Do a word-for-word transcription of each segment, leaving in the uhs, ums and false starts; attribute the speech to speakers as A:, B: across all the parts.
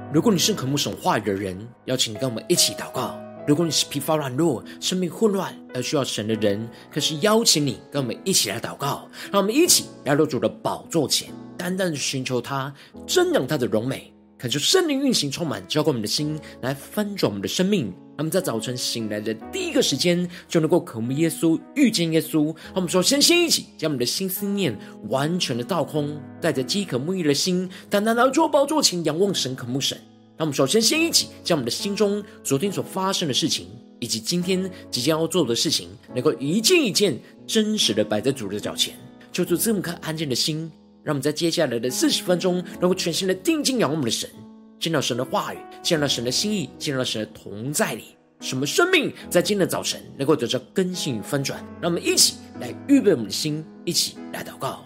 A: 如果你是渴慕神话语的人，邀请你跟我们一起祷告。如果你是疲乏软弱、生命混乱而需要神的人，可是邀请你跟我们一起来祷告。让我们一起来到主的宝座前，单单的寻求他，瞻仰他的荣美，恳求圣灵运行充满，浇灌我们的心，来翻转我们的生命。他们在早晨醒来的第一个时间，就能够渴慕耶稣，遇见耶稣。我们首先先一起将我们的心思念完全的倒空，带着饥渴沐浴的心，单单来做宝座前仰望神，渴慕神。那我们首先先一起将我们的心中昨天所发生的事情，以及今天即将要做的事情，能够一件一件真实的摆在主的脚前，求主这么颗安静的心，让我们在接下来的四十分钟能够全心的定睛仰望我们的神，见到神的话语，见到神的心意，见到神的同在里，什么生命在今天的早晨能够得到更新与翻转。让我们一起来预备我们的心，一起来祷告。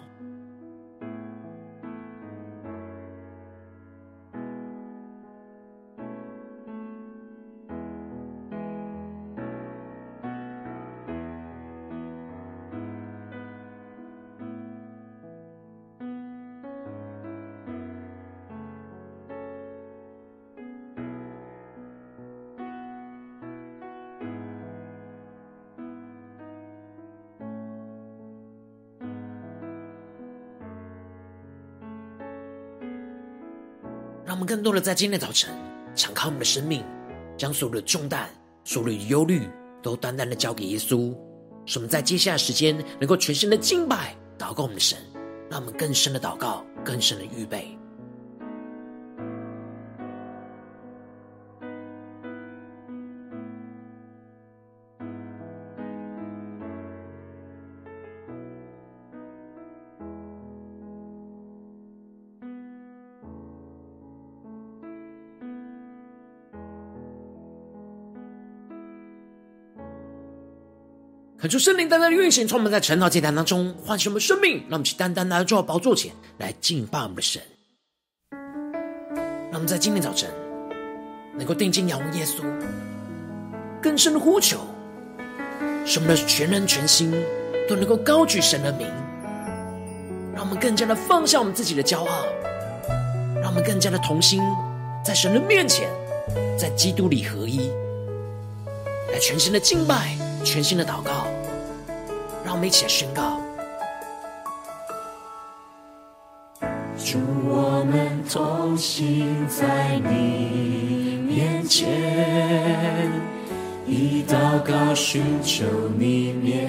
A: 让我们更多的在今天早晨敞开我们的生命，将所有的重担、所有的忧虑都单单的交给耶稣，使我们在接下来的时间能够全心的敬拜祷告我们的神，让我们更深的祷告，更深的预备。恳求圣灵单单的运行，充满在晨祷祭坛当中，唤醒我们生命，让我们去单单来到宝座前来敬拜我们的神。让我们在今天早晨能够定睛仰望耶稣，更深的呼求，使我们的全人全心都能够高举神的名，让我们更加的放下我们自己的骄傲，让我们更加的同心，在神的面前，在基督里合一，来全心的敬拜，全心的祷告。让我们一起来宣告：
B: 主，我们同行在你面前，以祷告寻求你面。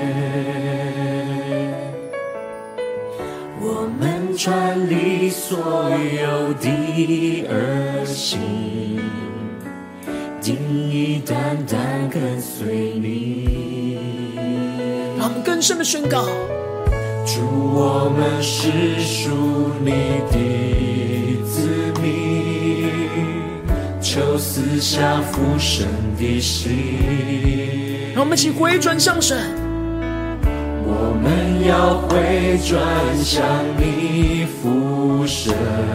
B: 我们转离所有的恶行，定义单单跟随你。
A: 让我们更深的宣告：
B: 主，我们是属你的子民，求赐下父神的心。
A: 让我们一起回转向神，
B: 我们要回转向你父神，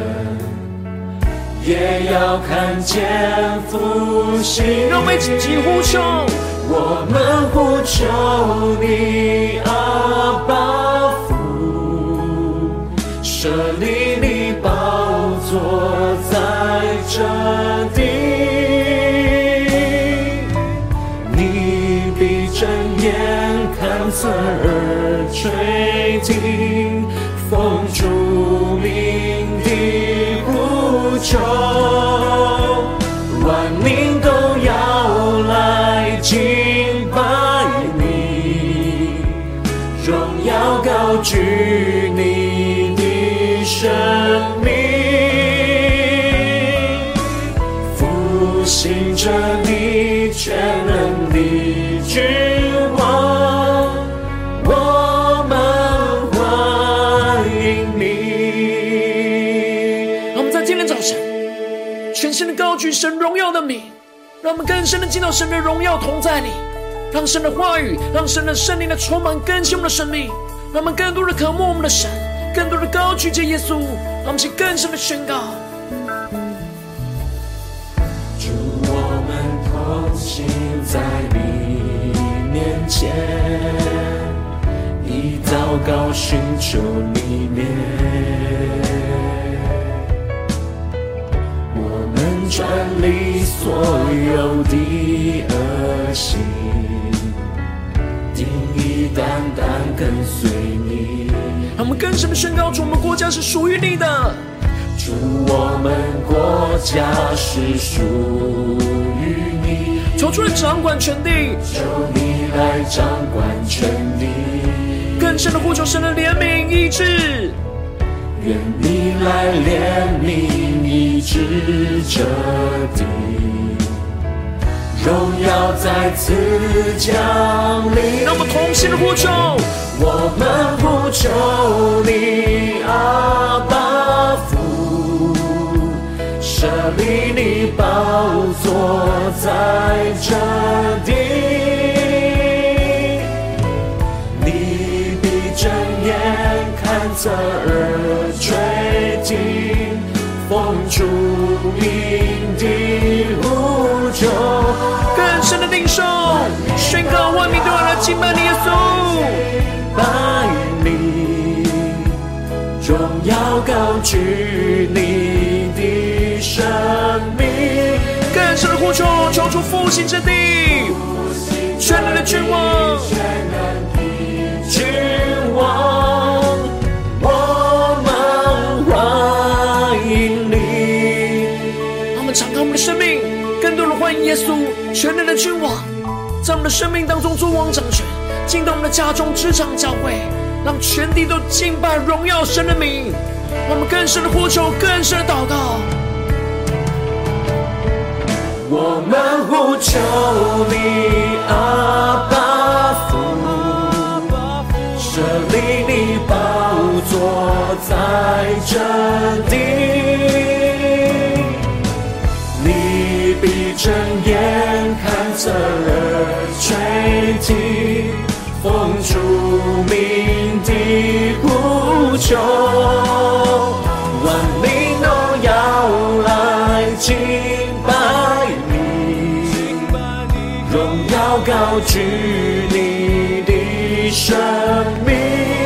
B: 也要看见复兴。
A: 让我们一起呼求，
B: 我们呼求你，阿爸父，设立你宝座在这地，你必睁眼看侧耳垂听，奉主名的呼求，万民都要来敬拜你，荣耀高举你的生命，复兴着你全能的君王，我们欢迎你。
A: 让我们在今天早晨全心的高举神荣耀的名，让我们更深的进到神的荣耀同在里，让神的话语，让神的圣灵的充满更新我们的生命，让我们更多的渴慕我们的神，更多的高举着耶稣。让我们去更深的宣告：
B: 主，我们同行在你面前，以祷告寻求你面。我专理所有的恶行，定义单单跟随你。
A: 让我们更深的宣告出我们国家是属于你的，
B: 主，我们国家是属于你，
A: 求主来掌管全地，
B: 求你来掌管全地，
A: 更深的呼求神的怜悯医治，
B: 愿你来怜悯医治这地，荣耀再次降临。
A: 让我们同心的呼求，
B: 我们呼求你，阿爸父，设立你宝座在这地，你必睁眼看侧耳垂听，奉主名的呼求，
A: 更深的领受，宣告万民都要来敬拜你耶稣，
B: 拜你，荣耀高举你的生命，
A: 更深的呼求，求主复兴这地，全能的君王，
B: 君王，我们欢迎你。
A: 让我们敞开我们的生命，更多人欢迎耶稣，全能的君王，在我们的生命当中做王掌权，进到我们的家中、职场、教会，让全地都敬拜荣耀神的名。让我们更深的呼求，更深的祷告。
B: 我们呼求你，阿爸父，设立你宝座在这地，你必睁眼看侧耳垂听，奉主名的呼求，万民都要来敬拜你，荣耀高举你的生命，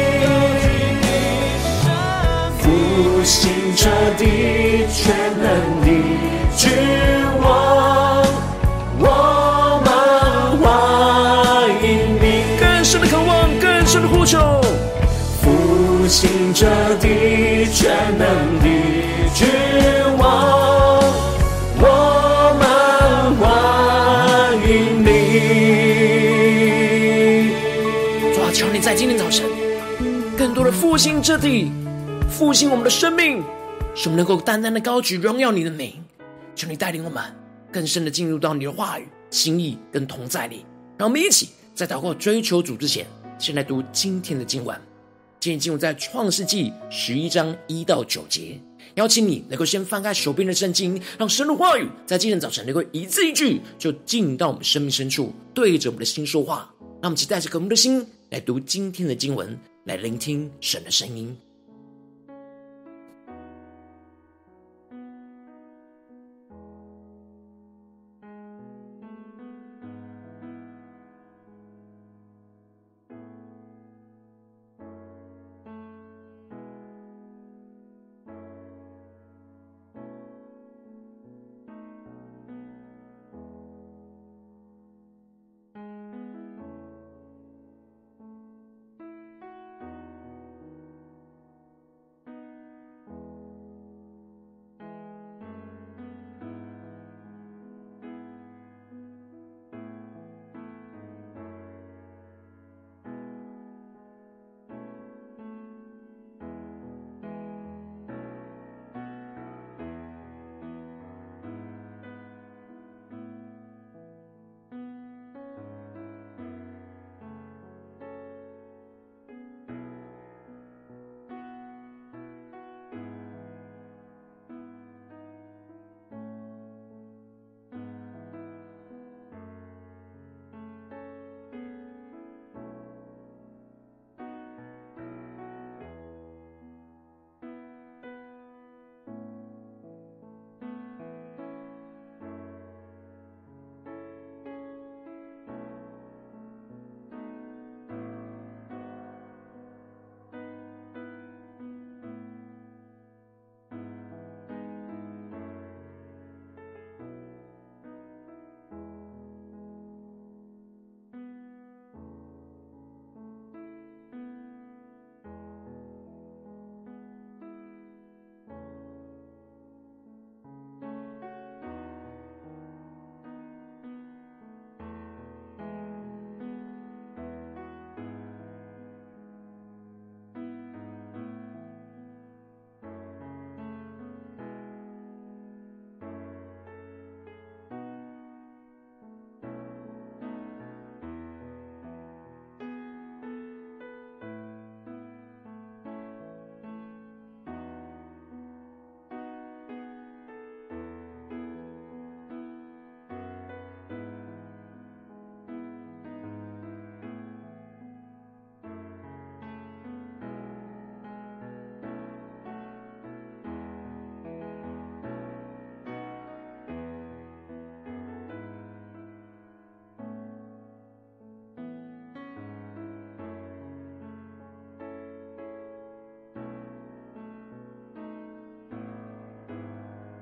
B: 复兴这地全能的君王，我们欢迎你。
A: 更深的渴望，更深的呼求，
B: 复兴这地全能的君王，我们欢迎你。
A: 主啊，求你在今天早晨更多的复兴这地，复兴我们的生命，使我们能够单单的高举荣耀你的名。求你带领我们更深的进入到你的话语、心意跟同在里。让我们一起在祷告追求主之前，先来读今天的经文。今天经文在创世纪十一章一到九节。邀请你能够先翻开手边的圣经，让神的话语在今天早晨能够一字一句就进到我们生命深处，对着我们的心说话。让我们期待着渴慕的心来读今天的经文，来聆听神的声音。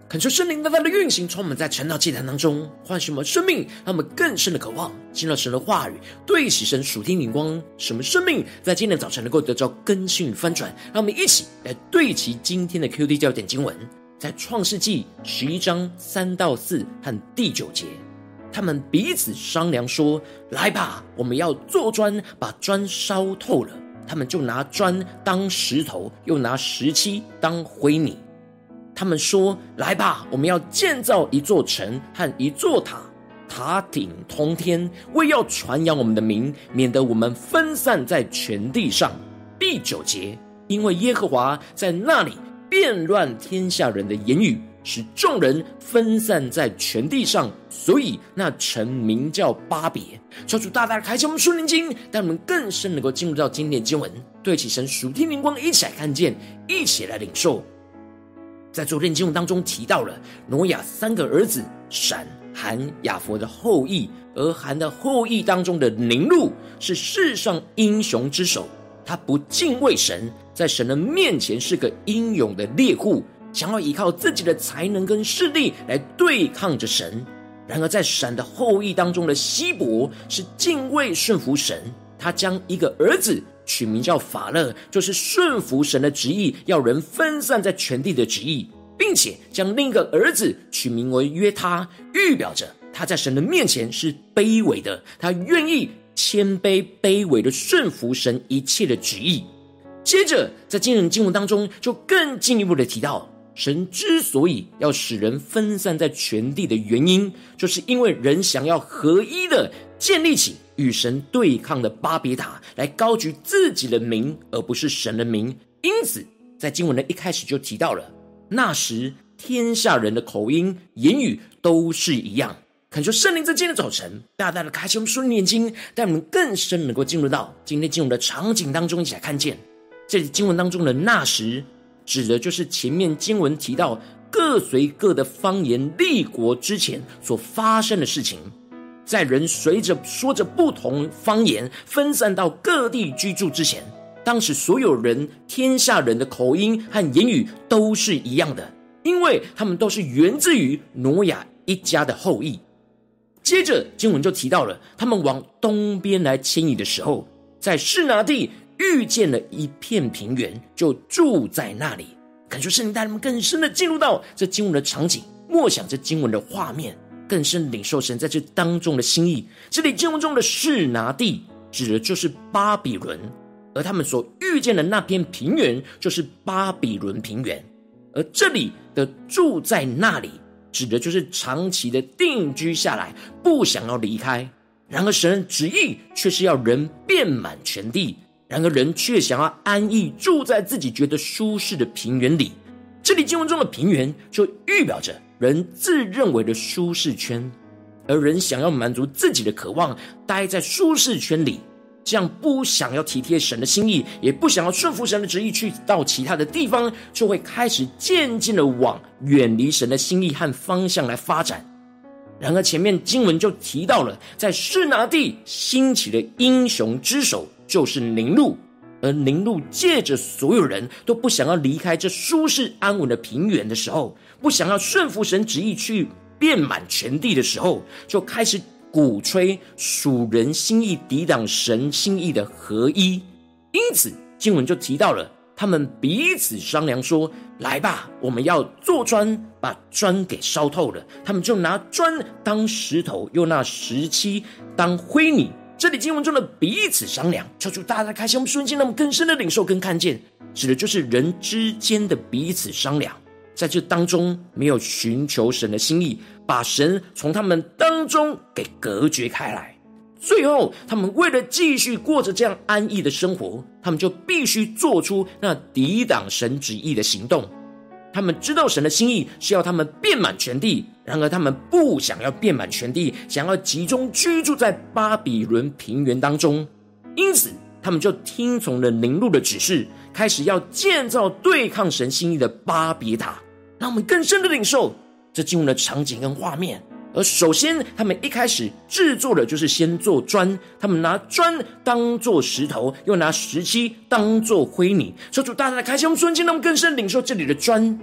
A: 恳求圣灵大大的运行，充满在晨祷祭坛当中，唤醒我们生命，让我们更深的渴望进入神的话语，对齐神属天灵光，使我们生命在今天早晨能够得到更新与翻转。让我们一起来对齐今天的 Q D 焦点经文，在创世纪十一章三到四和第九节。他们彼此商量说，来吧，我们要做砖，把砖烧透了。他们就拿砖当石头，又拿石漆当灰泥。他们说，来吧，我们要建造一座城和一座塔，塔顶通天，为要传扬我们的名，免得我们分散在全地上。第九节，因为耶和华在那里变乱天下人的言语，使众人分散在全地上，所以那城名叫巴别。求主大大的开启我们属灵经，让我们更深能够进入到今天的经文，对齐神属天灵光，一起来看见，一起来领受。在昨天经文当中提到了挪亚三个儿子闪、含、雅弗的后裔，而含的后裔当中的宁录是世上英雄之首，他不敬畏神，在神的面前是个英勇的猎户，想要依靠自己的才能跟势力来对抗着神。然而在闪的后裔当中的希伯是敬畏顺服神，他将一个儿子取名叫法勒，就是顺服神的旨意，要人分散在全地的旨意，并且将另一个儿子取名为约他，预表着他在神的面前是卑微的，他愿意谦卑卑微的顺服神一切的旨意。接着在今日经文当中就更进一步的提到，神之所以要使人分散在全地的原因，就是因为人想要合一的建立起与神对抗的巴别塔，来高举自己的名，而不是神的名。因此在经文的一开始就提到了，那时天下人的口音言语都是一样。恳求圣灵在今天的早晨大大的开启我们属灵眼睛，带我们更深能够进入到今天经文的场景当中，一起来看见这里经文当中的那时，指的就是前面经文提到各随各的方言立国之前所发生的事情。在人随着说着不同方言分散到各地居住之前，当时所有人天下人的口音和言语都是一样的，因为他们都是源自于挪亚一家的后裔。接着经文就提到了他们往东边来迁移的时候，在示拿地遇见了一片平原，就住在那里。恳求圣灵带他们更深的进入到这经文的场景，默想这经文的画面，更深领受神在这当中的心意。这里经文中的示拿地指的就是巴比伦，而他们所遇见的那片平原就是巴比伦平原。而这里的住在那里指的就是长期的定居下来，不想要离开。然而神的旨意却是要人遍满全地，然而人却想要安逸住在自己觉得舒适的平原里。这里经文中的平原就预表着人自认为的舒适圈，而人想要满足自己的渴望，待在舒适圈里，这样不想要体贴神的心意，也不想要顺服神的旨意，去到其他的地方，就会开始渐渐的往远离神的心意和方向来发展。然而前面经文就提到了，在示拿地兴起的英雄之首就是宁录，而宁录借着所有人都不想要离开这舒适安稳的平原的时候，不想要顺服神旨意去遍满全地的时候，就开始鼓吹属人心意抵挡神心意的合一。因此经文就提到了他们彼此商量说，来吧，我们要做砖，把砖给烧透了。他们就拿砖当石头，又拿石漆当灰泥。这里经文中的彼此商量，求主大家开启我们瞬间，让我们更深的领受跟看见，指的就是人之间的彼此商量。在这当中没有寻求神的心意，把神从他们当中给隔绝开来。最后他们为了继续过着这样安逸的生活，他们就必须做出那抵挡神旨意的行动。他们知道神的心意是要他们遍满全地，然而他们不想要遍满全地，想要集中居住在巴比伦平原当中。因此他们就听从了宁录的指示，开始要建造对抗神心意的巴别塔。让我们更深的领受这经文的场景跟画面。而首先他们一开始制作的就是先做砖，他们拿砖当做石头，又拿石漆当做灰泥。求主大大的开启我们瞬间，让我们更深领受这里的砖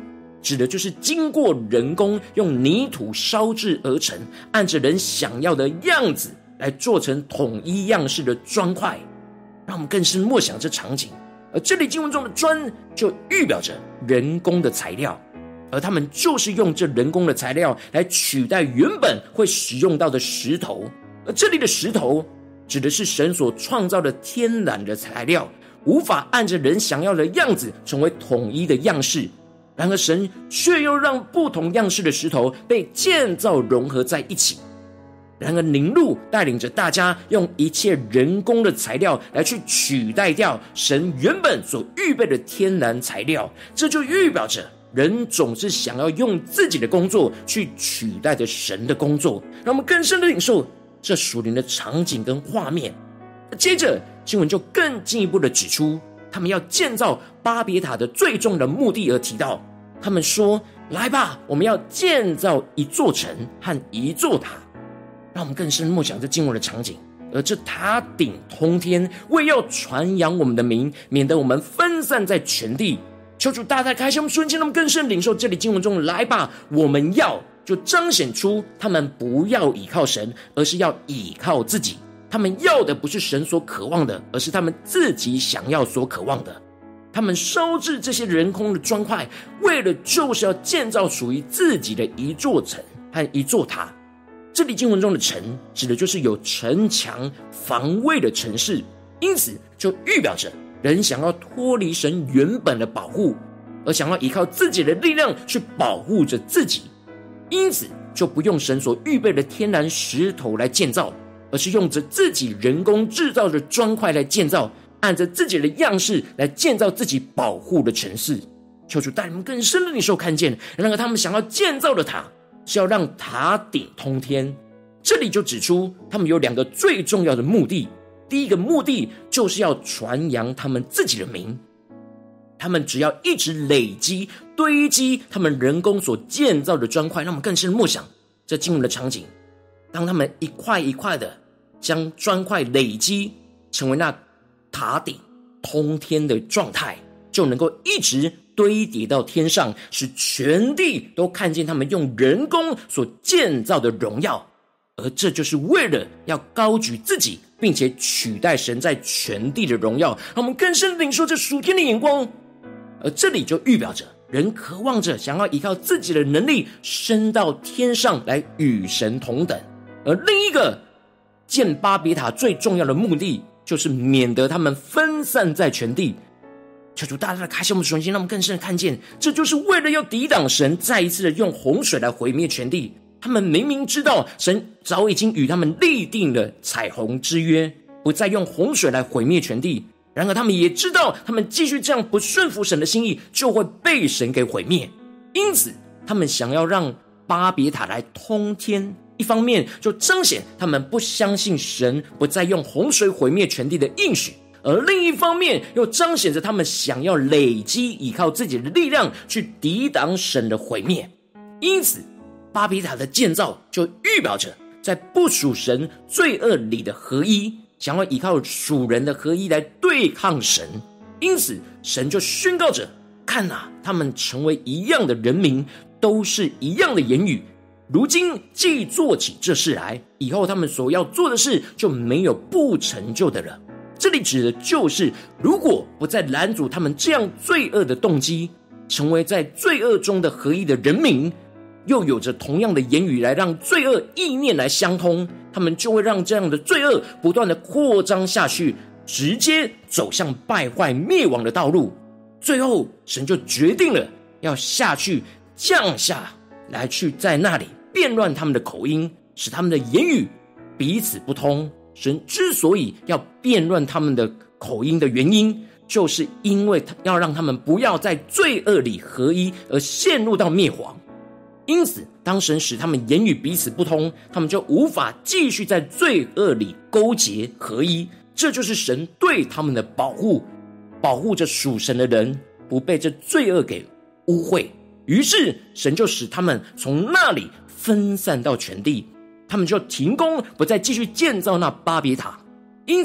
A: 指的就是经过人工用泥土烧制而成，按着人想要的样子来做成统一样式的砖块。让我们更深默想这场景。而这里经文中的砖就预表着人工的材料，而他们就是用这人工的材料来取代原本会使用到的石头。而这里的石头指的是神所创造的天然的材料，无法按着人想要的样子成为统一的样式。然而神却又让不同样式的石头被建造融合在一起。然而宁录带领着大家用一切人工的材料来去取代掉神原本所预备的天然材料，这就预表着人总是想要用自己的工作去取代着神的工作。让我们更深的领受这属灵的场景跟画面。接着经文就更进一步的指出他们要建造巴别塔的最重要的目的，而提到他们说，来吧，我们要建造一座城和一座塔。让我们更深默想这经文的场景。而这塔顶通天，为要传扬我们的名，免得我们分散在全地。求主大大开启我们瞬间，让我们更深领受这里经文中的来吧，我们要，就彰显出他们不要倚靠神，而是要倚靠自己。他们要的不是神所渴望的，而是他们自己想要所渴望的。他们烧制这些人工的砖块，为了就是要建造属于自己的一座城和一座塔。这里经文中的城指的就是有城墙防卫的城市，因此就预表着人想要脱离神原本的保护，而想要依靠自己的力量去保护着自己，因此就不用神所预备的天然石头来建造，而是用着自己人工制造的砖块来建造，按着自己的样式来建造自己保护的城市。求主带你们更深的领受看见，然而他们想要建造的塔是要让塔顶通天。这里就指出他们有两个最重要的目的。第一个目的就是要传扬他们自己的名，他们只要一直累积堆积他们人工所建造的砖块。让我们更深默想这经文的场景，当他们一块一块的将砖块累积成为那塔顶通天的状态，就能够一直堆叠到天上，使全地都看见他们用人工所建造的荣耀。而这就是为了要高举自己，并且取代神在全地的荣耀，让我们更深领受这属天的眼光。而这里就预表着人渴望着想要依靠自己的能力升到天上来与神同等。而另一个建巴别塔最重要的目的，就是免得他们分散在全地。求主大大的开启我们的眼睛，让我们更深的看见，这就是为了要抵挡神再一次的用洪水来毁灭全地。他们明明知道神早已经与他们立定了彩虹之约，不再用洪水来毁灭全地，然而他们也知道他们继续这样不顺服神的心意，就会被神给毁灭。因此他们想要让巴别塔来通天，一方面就彰显他们不相信神不再用洪水毁灭全地的应许，而另一方面又彰显着他们想要累积依靠自己的力量去抵挡神的毁灭。因此巴别塔的建造就预表着在不属神罪恶里的合一，想要依靠属人的合一来对抗神。因此神就宣告着，看啊，他们成为一样的人民，都是一样的言语，如今既做起这事来，以后他们所要做的事就没有不成就的了。这里指的就是如果不再拦阻他们这样罪恶的动机，成为在罪恶中的合一的人民，又有着同样的言语来让罪恶意念来相通，他们就会让这样的罪恶不断的扩张下去，直接走向败坏灭亡的道路。最后神就决定了要下去降下来，去在那里变乱他们的口音，使他们的言语彼此不通。神之所以要变乱他们的口音的原因，就是因为要让他们不要在罪恶里合一而陷入到灭亡。因此当神使他们言语彼此不通，他们就无法继续在罪恶里勾结合一。这就是神对他们的保护，保护着属神的人不被这罪恶给污秽。于是神就使他们从那里分散到全地，他们就停工，不再继续建造那巴别塔。因此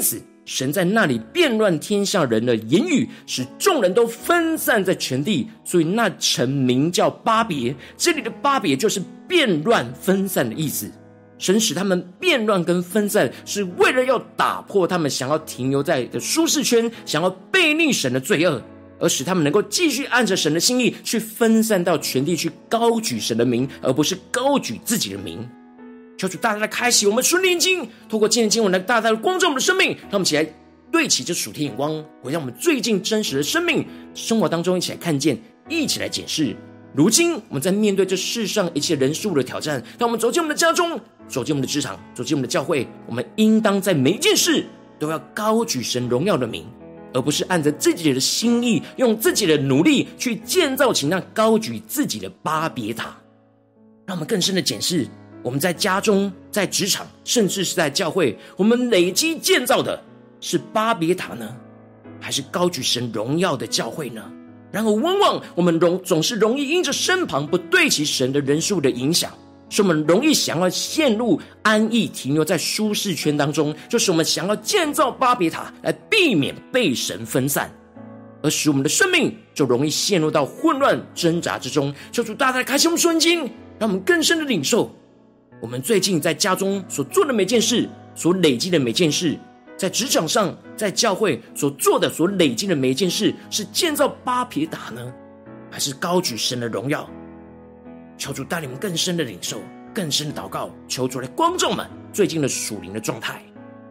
A: 神在那里变乱天下人的言语，使众人都分散在全地，所以那城名叫巴别。这里的巴别就是变乱分散的意思。神使他们变乱跟分散，是为了要打破他们想要停留在的舒适圈，想要背逆神的罪恶，而使他们能够继续按着神的心意去分散到全地，去高举神的名，而不是高举自己的名。求主大大的开启我们属灵眼睛，透过今天经文来大大的光照我们的生命，让我们一起来对齐这属天眼光，回到我们最近真实的生命生活当中，一起来看见，一起来检视。如今我们在面对这世上一切人事物的挑战，当我们走进我们的家中，走进我们的职场，走进我们的教会，我们应当在每一件事都要高举神荣耀的名，而不是按着自己的心意，用自己的努力去建造起那高举自己的巴别塔。让我们更深的检视，我们在家中、在职场，甚至是在教会，我们累积建造的是巴别塔呢，还是高举神荣耀的教会呢？然而往往我们容总是容易因着身旁不对齐神的人数的影响，使我们容易想要陷入安逸，停留在舒适圈当中，就是我们想要建造巴别塔来避免被神分散，而使我们的生命就容易陷入到混乱挣扎之中。求主大大开启我们属灵眼睛，让我们更深的领受我们最近在家中所做的每件事，所累积的每件事，在职场上，在教会所做的、所累积的每一件事，是建造巴别塔呢，还是高举神的荣耀？求主带领我们更深的领受，更深的祷告，求主来光照我们最近的属灵的状态。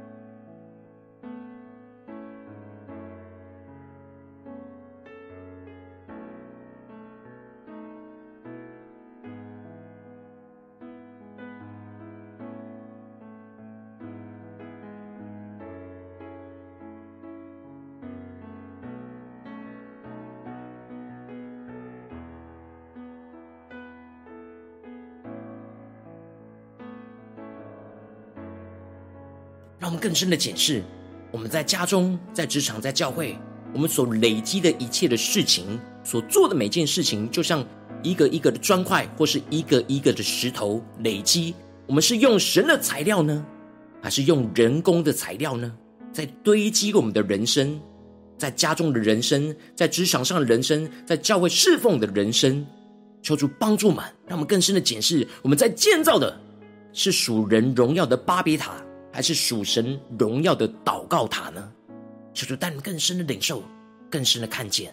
A: 让我们更深的检视，我们在家中、在职场、在教会，我们所累积的一切的事情，所做的每件事情，就像一个一个的砖块，或是一个一个的石头累积。我们是用神的材料呢，还是用人工的材料呢？在堆积我们的人生，在家中的人生，在职场上的人生，在教会侍奉的人生。求主帮助我们，让我们更深的检视，我们在建造的是属人荣耀的巴别塔，还是属神荣耀的祷告塔呢？求主带你们更深的领受，更深的看见。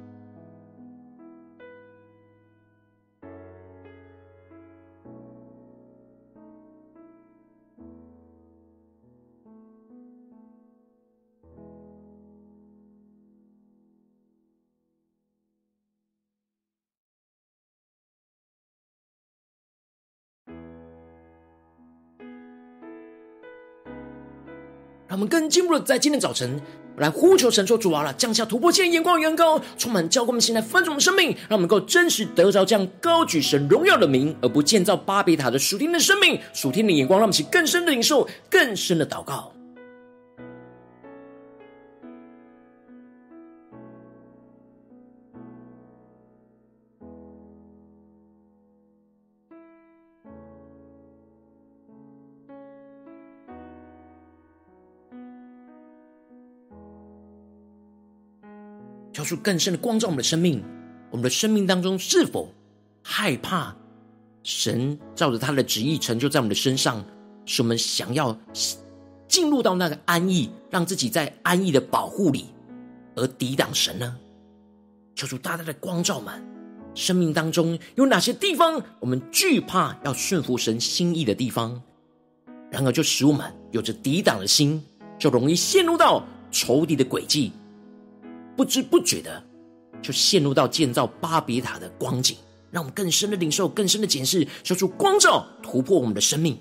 A: 让我们更进一步的在今天早晨来呼求神说，主啊，降下突破性的眼光与恩膏，充满浇灌我们心，来翻转我们生命，让我们能够真实得着这样高举神荣耀的名，而不建造巴别塔的属天的生命、属天的眼光。让我们起更深的领受，更深的祷告。求主更深的光照我们的生命，我们的生命当中是否害怕神照着他的旨意成就在我们的身上，使我们想要进入到那个安逸，让自己在安逸的保护里而抵挡神呢？求主大大的光照我们生命当中有哪些地方我们惧怕要顺服神心意的地方，然而就使我们有着抵挡的心，就容易陷入到仇敌的诡计，不知不觉的就陷入到建造巴别塔的光景。让我们更深的领受，更深的检视，求主光照突破我们的生命。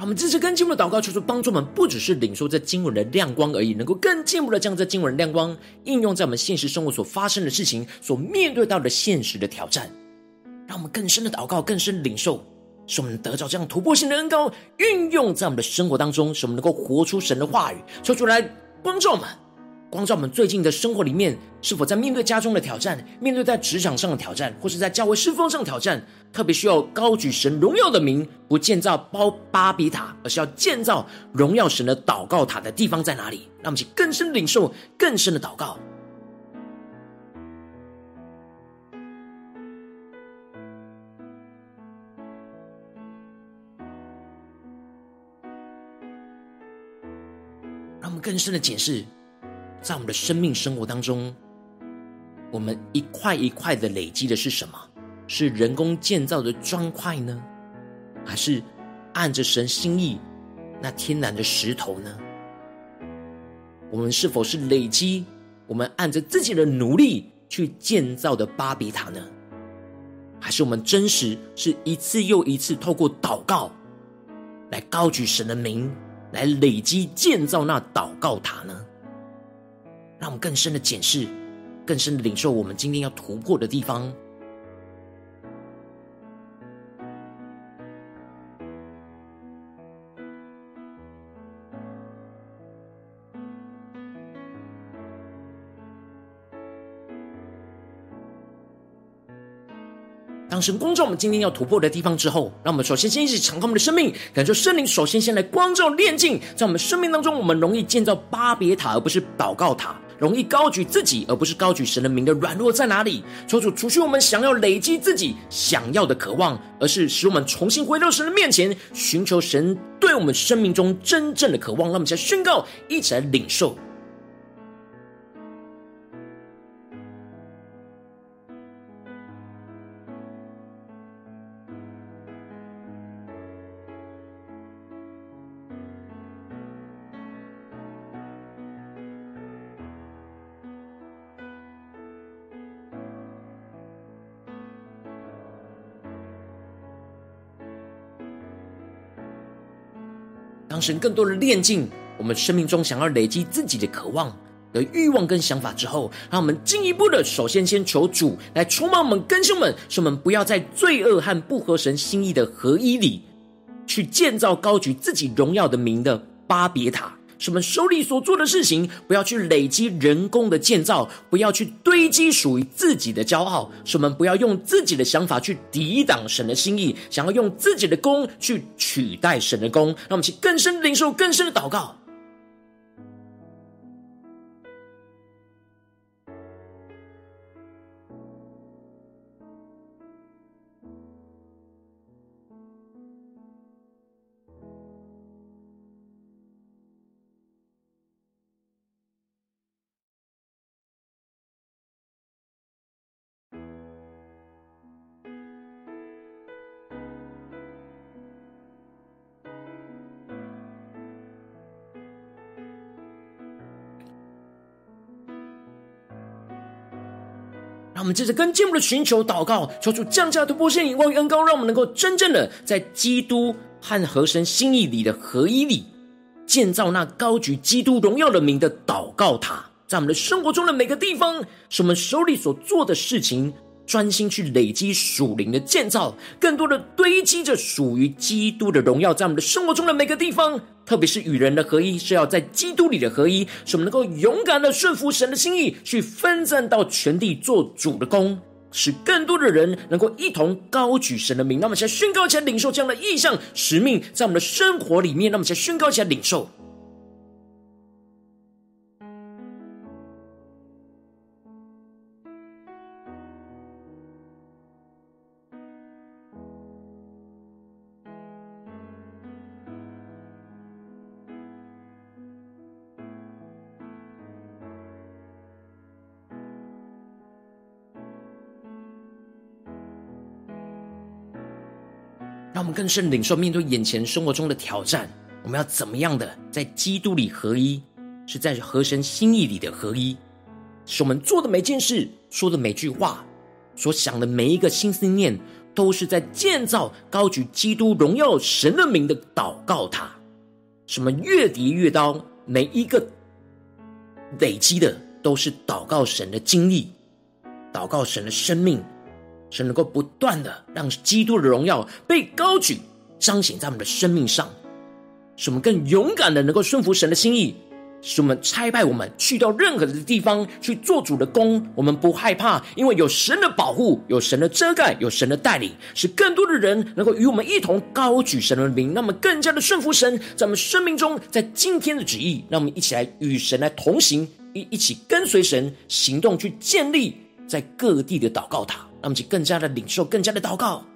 A: 让我们支持更进一步的祷告，求主帮助我们，不只是领受这经文的亮光而已，能够更进一步的将这经文的亮光应用在我们现实生活所发生的事情，所面对到的现实的挑战。让我们更深的祷告，更深的领受，使我们得着这样突破性的恩膏，运用在我们的生活当中，使我们能够活出神的话语。求主来光照我们，光照我们最近的生活里面，是否在面对家中的挑战，面对在职场上的挑战，或是在教会侍奉上的挑战，特别需要高举神荣耀的名，不建造包巴比塔，而是要建造荣耀神的祷告塔的地方在哪里？让我们去更深的领受，更深的祷告。让我们更深的检视，在我们的生命生活当中，我们一块一块的累积的是什么？是人工建造的砖块呢，还是按着神心意那天然的石头呢？我们是否是累积我们按着自己的努力去建造的巴比塔呢？还是我们真实是一次又一次透过祷告来高举神的名，来累积建造那祷告塔呢？让我们更深的检视，更深的领受我们今天要突破的地方。当神光照我们今天要突破的地方之后，让我们首先先一起敞开我们的生命，感受圣灵首先先来光照炼净，在我们生命当中，我们容易建造巴别塔而不是祷告塔，容易高举自己而不是高举神的名的软弱在哪里？求主除去我们想要累积自己想要的渴望，而是使我们重新回到神的面前，寻求神对我们生命中真正的渴望。让我们一起来宣告，一起来领受。当神更多的炼净我们生命中想要累积自己的渴望的欲望跟想法之后，让我们进一步的首先先求主来充满我们更新我们，使我们不要在罪恶和不合神心意的合一里去建造高举自己荣耀的名的巴别塔，使我们手里所做的事情不要去累积人工的建造，不要去堆积属于自己的骄傲，使我们不要用自己的想法去抵挡神的心意，想要用自己的功去取代神的功。让我们去更深的领受，更深的祷告。让我们接着更进一步的寻求祷告，求主降下突破性眼光与恩膏，让我们能够真正的在基督和合神心意里的合一里建造那高举基督荣耀的名的祷告塔，在我们的生活中的每个地方，使我们手里所做的事情专心去累积属灵的建造，更多的堆积着属于基督的荣耀，在我们的生活中的每个地方，特别是与人的合一，是要在基督里的合一，使我们能够勇敢的顺服神的心意，去分散到全地做主的工，使更多的人能够一同高举神的名。让我们先宣告起来，领受这样的意向使命在我们的生活里面，让我们先宣告起来，领受。让我们更深领受，面对眼前生活中的挑战，我们要怎么样的在基督里合一，是在合神心意里的合一，使我们做的每件事，说的每句话，所想的每一个心思念， 都是在建造高举基督荣耀神的名的祷告塔。什么越敌越刀，每一个累积的都是祷告神的经历，祷告神的生命，神能够不断的让基督的荣耀被高举彰显在我们的生命上，使我们更勇敢的能够顺服神的心意，使我们差派我们去到任何的地方去做主的工，我们不害怕，因为有神的保护，有神的遮盖，有神的带领，使更多的人能够与我们一同高举神的名，让我们更加的顺服神在我们生命中在今天的旨意，让我们一起来与神来同行，一一起跟随神行动，去建立在各地的祷告塔，让我们一起更加的领受，更加的祷告。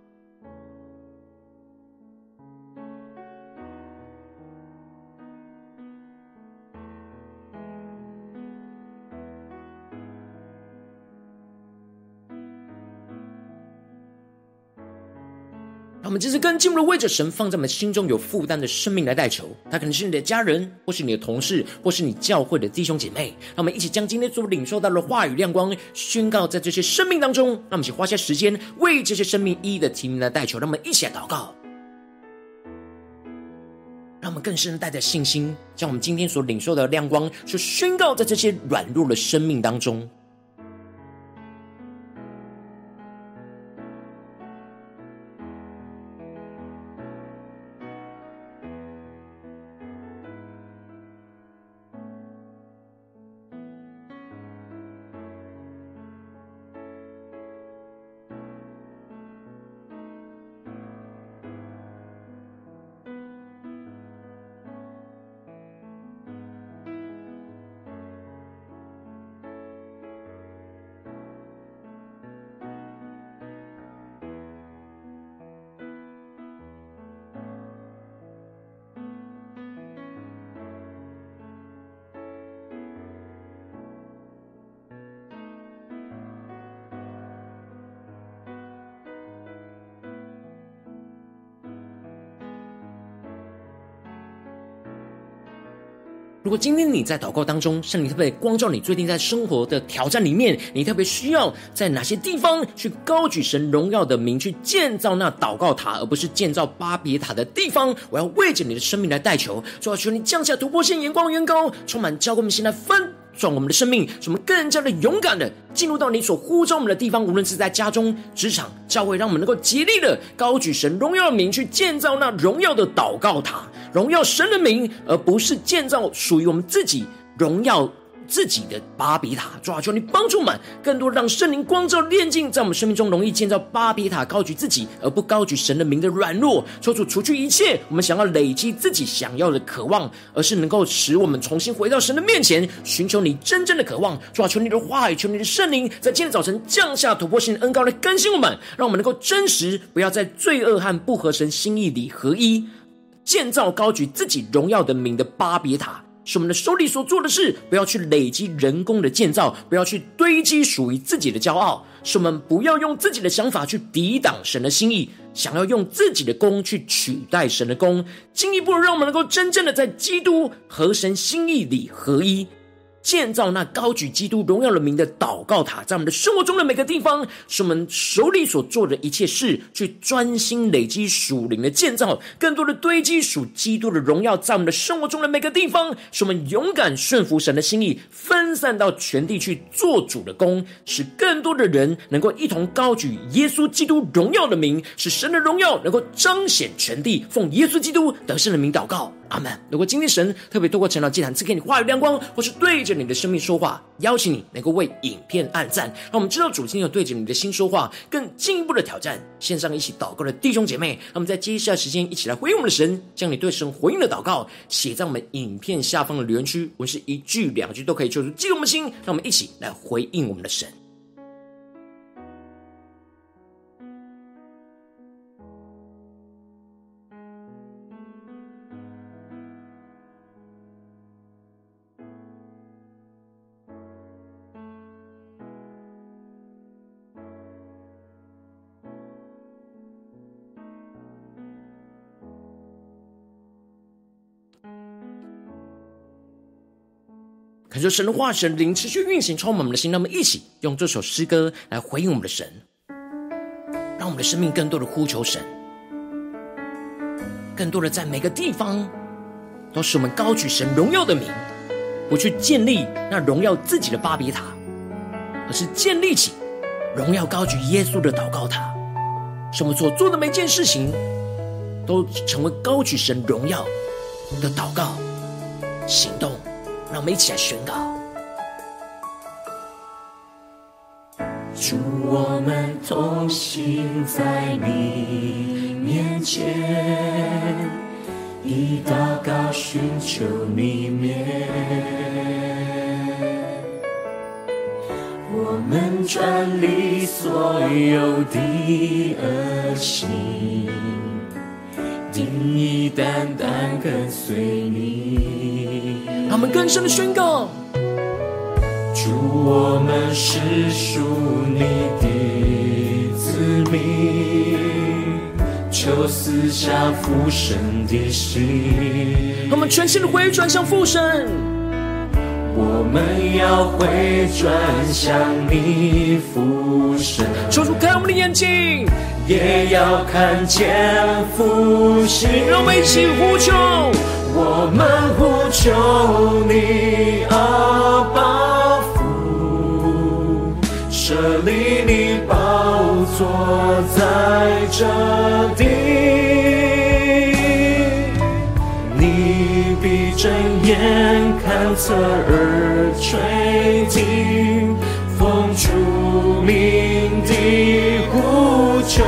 A: 让我们这次更进一步的为着神放在我们心中有负担的生命来代求，他可能是你的家人，或是你的同事，或是你教会的弟兄姐妹。让我们一起将今天所领受到的话语亮光宣告在这些生命当中，让我们一起花下时间为这些生命一一的提名来代求。让我们一起来祷告，让我们更深的带着信心，将我们今天所领受的亮光就宣告在这些软弱的生命当中。如果今天你在祷告当中，圣灵特别光照你最近在生活的挑战里面，你特别需要在哪些地方去高举神荣耀的名，去建造那祷告塔，而不是建造巴别塔的地方，我要为着你的生命来代求。主要求你降下突破线，眼光远高，充满浇灌我们心来翻转我们的生命，使我们更加的勇敢的进入到你所呼召我们的地方，无论是在家中、职场、教会，让我们能够竭力的高举神荣耀的名，去建造那荣耀的祷告塔，荣耀神的名，而不是建造属于我们自己荣耀自己的巴别塔。主啊，求你帮助我们更多让圣灵光照炼净在我们生命中容易建造巴别塔，高举自己而不高举神的名的软弱。求主除去一切我们想要累积自己想要的渴望，而是能够使我们重新回到神的面前，寻求你真正的渴望。主啊，求你的话语，求你的圣灵在今天早晨降下突破性的恩膏来更新我们，让我们能够真实，不要在罪恶和不合神心意里合一，建造高举自己荣耀的名的巴别塔。是我们的手里所做的事，不要去累积人工的建造，不要去堆积属于自己的骄傲。是我们不要用自己的想法去抵挡神的心意，想要用自己的功去取代神的功，进一步让我们能够真正的在基督和神心意里合一，建造那高举基督荣耀的名的祷告塔，在我们的生活中的每个地方，使我们手里所做的一切事去专心累积属灵的建造，更多的堆积属基督的荣耀在我们的生活中的每个地方，使我们勇敢顺服神的心意，分散到全地去做主的工，使更多的人能够一同高举耶稣基督荣耀的名，使神的荣耀能够彰显全地。奉耶稣基督得胜的名祷告，阿们。如果今天神特别透过晨祷祭坛赐给你话语亮光，或是对着你的生命说话，邀请你能够为影片按赞，让我们知道主今天有对着你的心说话，更进一步的挑战线上一起祷告的弟兄姐妹，让我们在接下来时间一起来回应我们的神，将你对神回应的祷告写在我们影片下方的留言区，无论是一句两句都可以，就是激动我们的心，让我们一起来回应我们的神。恳求神的话、神的灵持续运行充满我们的心，让我们一起用这首诗歌来回应我们的神。让让我们的生命更多的呼求神，更多的在每个地方都使我们高举神荣耀的名，不去建立那荣耀自己的巴比塔，而是建立起荣耀高举耶稣的祷告塔，使我们所做的每件事情都成为高举神荣耀的祷告行动。让我们一起来宣告：
B: 主，我们同行在你面前，以祷告寻求你面。我们转离所有的恶行，定义单单跟随你。
A: 让我们更深的宣告：
B: 主，我们是属你的子民，求赐下父神的心。
A: 让我们全心的回转向父神，
B: 我们要回转向你父神，
A: 求主开我们的眼睛，
B: 也要看见复兴。
A: 让我们一起呼求，
B: 我们呼求你，阿爸父，设立你宝座在这地，你必睁眼看侧耳垂听，奉主名的呼求，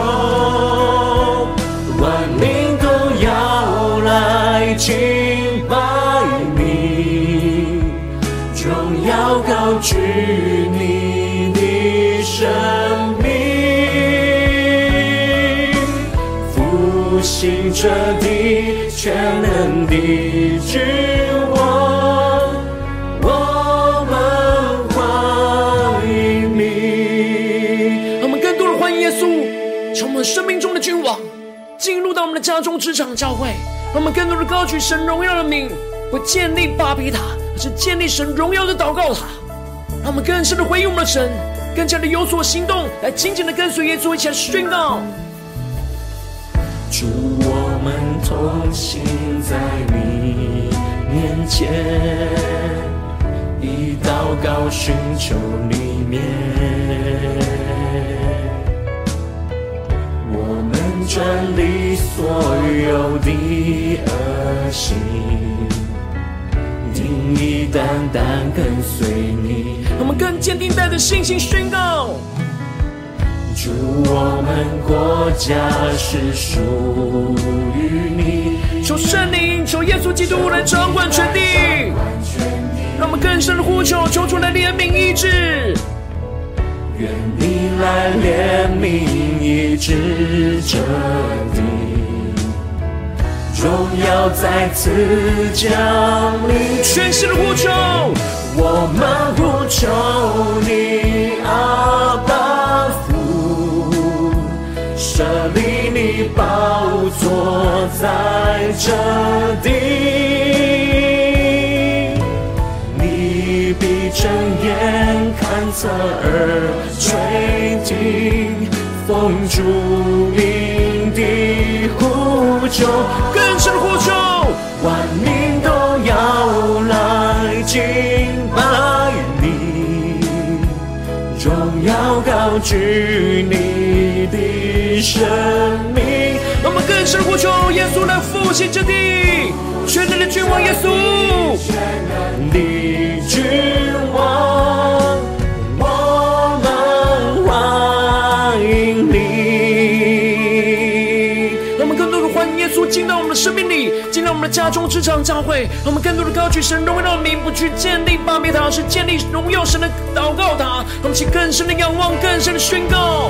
B: 万民都要来敬拜你，荣耀高举你的生命，复兴这地全能的君王，我们欢迎你。
A: 让我们更多的欢迎耶稣成为我们生命中的君王，进入到我们的家中、职场、教会。让我们更多的高举神荣耀的名，不建立巴比塔，而是建立神荣耀的祷告塔。让我们更深的回应我们的神，更加的有所行动，来紧紧的跟随耶稣，一起来宣告：
B: 主，我们同行在你面前，以祷告寻求你面。我们转离所有的恶行，定义单单跟随你。
A: 我们更坚定带着信心宣告：
B: 主，我们国家是属于你，
A: 求圣灵，求耶稣基督来掌管全地。让我们更深的呼求，求主来怜悯医治，
B: 愿你来怜悯医治这地，荣耀再次降临。
A: 全心的呼求，
B: 我们呼求你，阿爸父，设立你宝座在这地，你必睁眼看侧耳垂听，奉主名的呼求，
A: 更深的呼求，
B: 万民都要来敬拜你，荣耀高举你的生命。
A: 让我们更深的呼求，耶稣来复兴这地，全能的君王耶稣，
B: 的君王，我们欢迎你。
A: 让我们更多的欢迎耶稣进到我们的生命里，进到我们的家中、职场、教会。让我们更多的高举神荣耀的名，不去建立巴别塔，是建立荣耀神的祷告塔。让我们去更深的仰望，更深的宣告。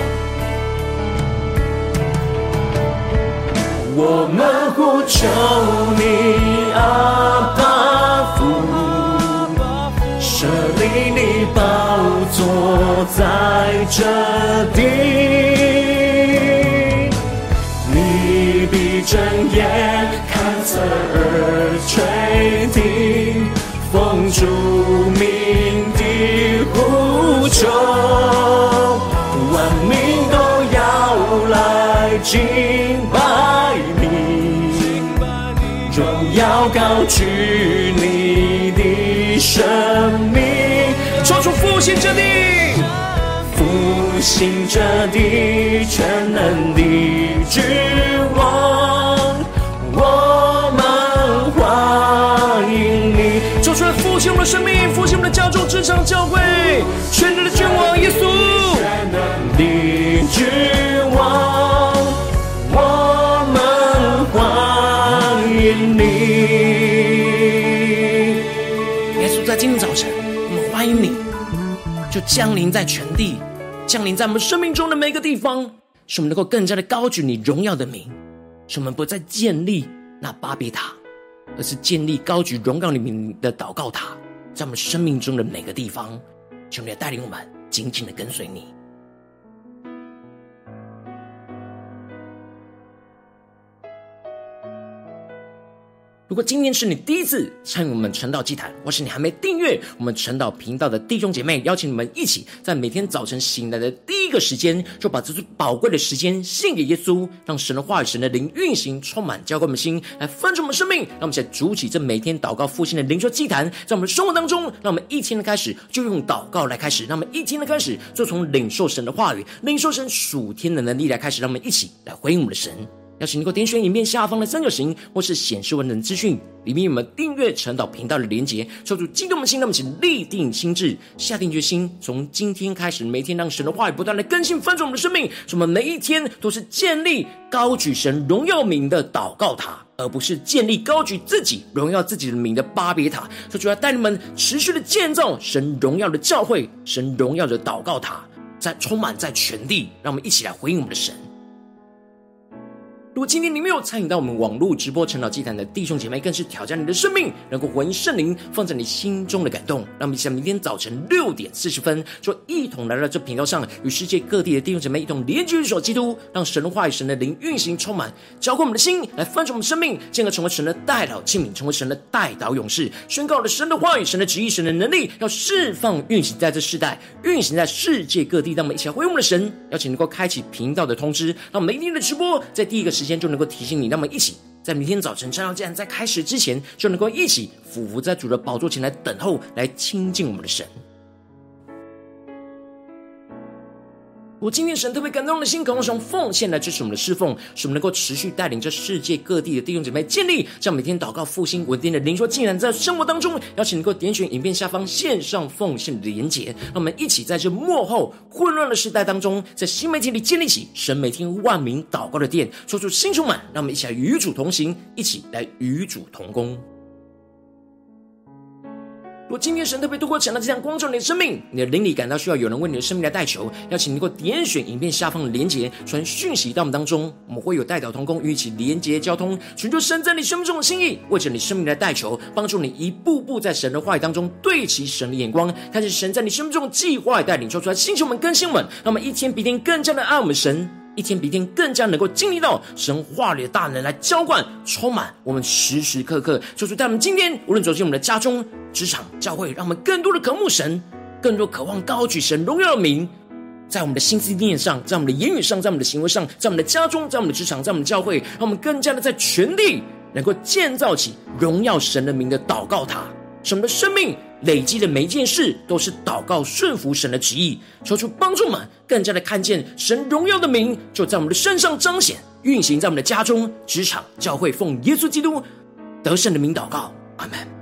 B: 我们呼求你，阿爸父，设立你宝座在这地，你必睁眼看侧耳垂听，奉主名的呼求，万民都要来拜你，荣耀高举你的生命，
A: 抽出复兴之地，
B: 复兴者的全能的君王，我们欢迎你。
A: 抽出来复兴我们的生命，复兴我们的家中、职场、教会，全能的君王耶稣，
B: 全能的君王，我们欢迎你。
A: 耶稣，在今天早晨，我们欢迎你，就降临在全地，降临在我们生命中的每一个地方，使我们能够更加的高举你荣耀的名，使我们不再建立那巴别塔，而是建立高举荣耀你名的祷告塔，在我们生命中的每个地方。求你来带领我们紧紧的跟随你。如果今天是你第一次参与我们晨祷祭坛，或是你还没订阅我们晨祷频道的弟兄姐妹，邀请你们一起在每天早晨醒来的第一个时间，就把这最宝贵的时间献给耶稣，让神的话语、神的灵运行充满浇灌我们的心，来分盛我们生命。让我们一起来筑起这每天祷告复兴的灵修祭坛，在我们的生活当中，让我们一天的开始就用祷告来开始，让我们一天的开始就从领受神的话语、领受神属天的能力来开始，让我们一起来回应我们的神。邀请你给我点选影片下方的三角形，或是显示文字资讯里面有我们订阅晨祷频道的连结，抽出激动的心，让我们一起立定心志，下定决心，从今天开始，每天让神的话语不断的更新翻转我们的生命，使我们每一天都是建立高举神荣耀名的祷告塔，而不是建立高举自己荣耀自己的名的巴别塔。所以主要带你们持续的建造神荣耀的教会，神荣耀的祷告塔，在充满在全地。让我们一起来回应我们的神。如果今天你没有参与到我们网络直播晨祷祭坛的弟兄姐妹，更是挑战你的生命，能够回应圣灵放在你心中的感动。让我们一起在明天早晨六点四十分，就一同来到这频道上，与世界各地的弟兄姐妹一同连接于手基督，让神的话语、神的灵运行充满，浇灌我们的心，来翻转我们的生命，进而成为神的代祷器皿，成为神的代祷勇士，宣告了神的话语、神的旨意、神的能力，要释放运行在这世代，运行在世界各地。让我们一起来回应我们的神，邀请能够开启频道的通知，让每一天的直播在第一个时间就能够提醒你，让我们一起在明天早晨晨祷祭坛在开始之前，就能够一起俯伏在主的宝座前来等候，来亲近我们的神。我今天神特别感动的心，渴望从奉献来支持我们的侍奉，使我们能够持续带领着世界各地的弟兄姐妹建立这样每天祷告复兴稳定的灵说竟然在生活当中。邀请能够点选影片下方线上奉献的连结，让我们一起在这末后混乱的时代当中，在新媒体里建立起神每天万名祷告的殿，说出新充满。让我们一起来与主同行，一起来与主同工。如果今天神特别透过晨祷祭坛光照你的生命，你的灵里感到需要有人为你的生命来代求，邀请你能够点选影片下方的连结，传讯息到我们当中，我们会有代祷同工与一起连结交通，寻求神在你生命中的心意，为着你生命来代求，帮助你一步步在神的话语当中对齐神的眼光，看见神在你生命中的计划带领，说出来星球们更新我们，让我们一天比一天更加的爱我们神，一天比一天更加能够经历到神话里的大能来浇灌充满我们时时刻刻。求主在我们今天无论走进我们的家中、职场、教会，让我们更多的渴慕神，更多渴望高举神荣耀的名，在我们的心思念上，在我们的言语上，在我们的行为上，在我们的家中，在我们的职场，在我们的教会，让我们更加的在全力能够建造起荣耀神的名的祷告塔，使我们的生命累积的每一件事都是祷告顺服神的旨意，求主帮助我们更加的看见神荣耀的名就在我们的身上彰显，运行在我们的家中、职场、教会，奉耶稣基督得胜的名祷告，阿们。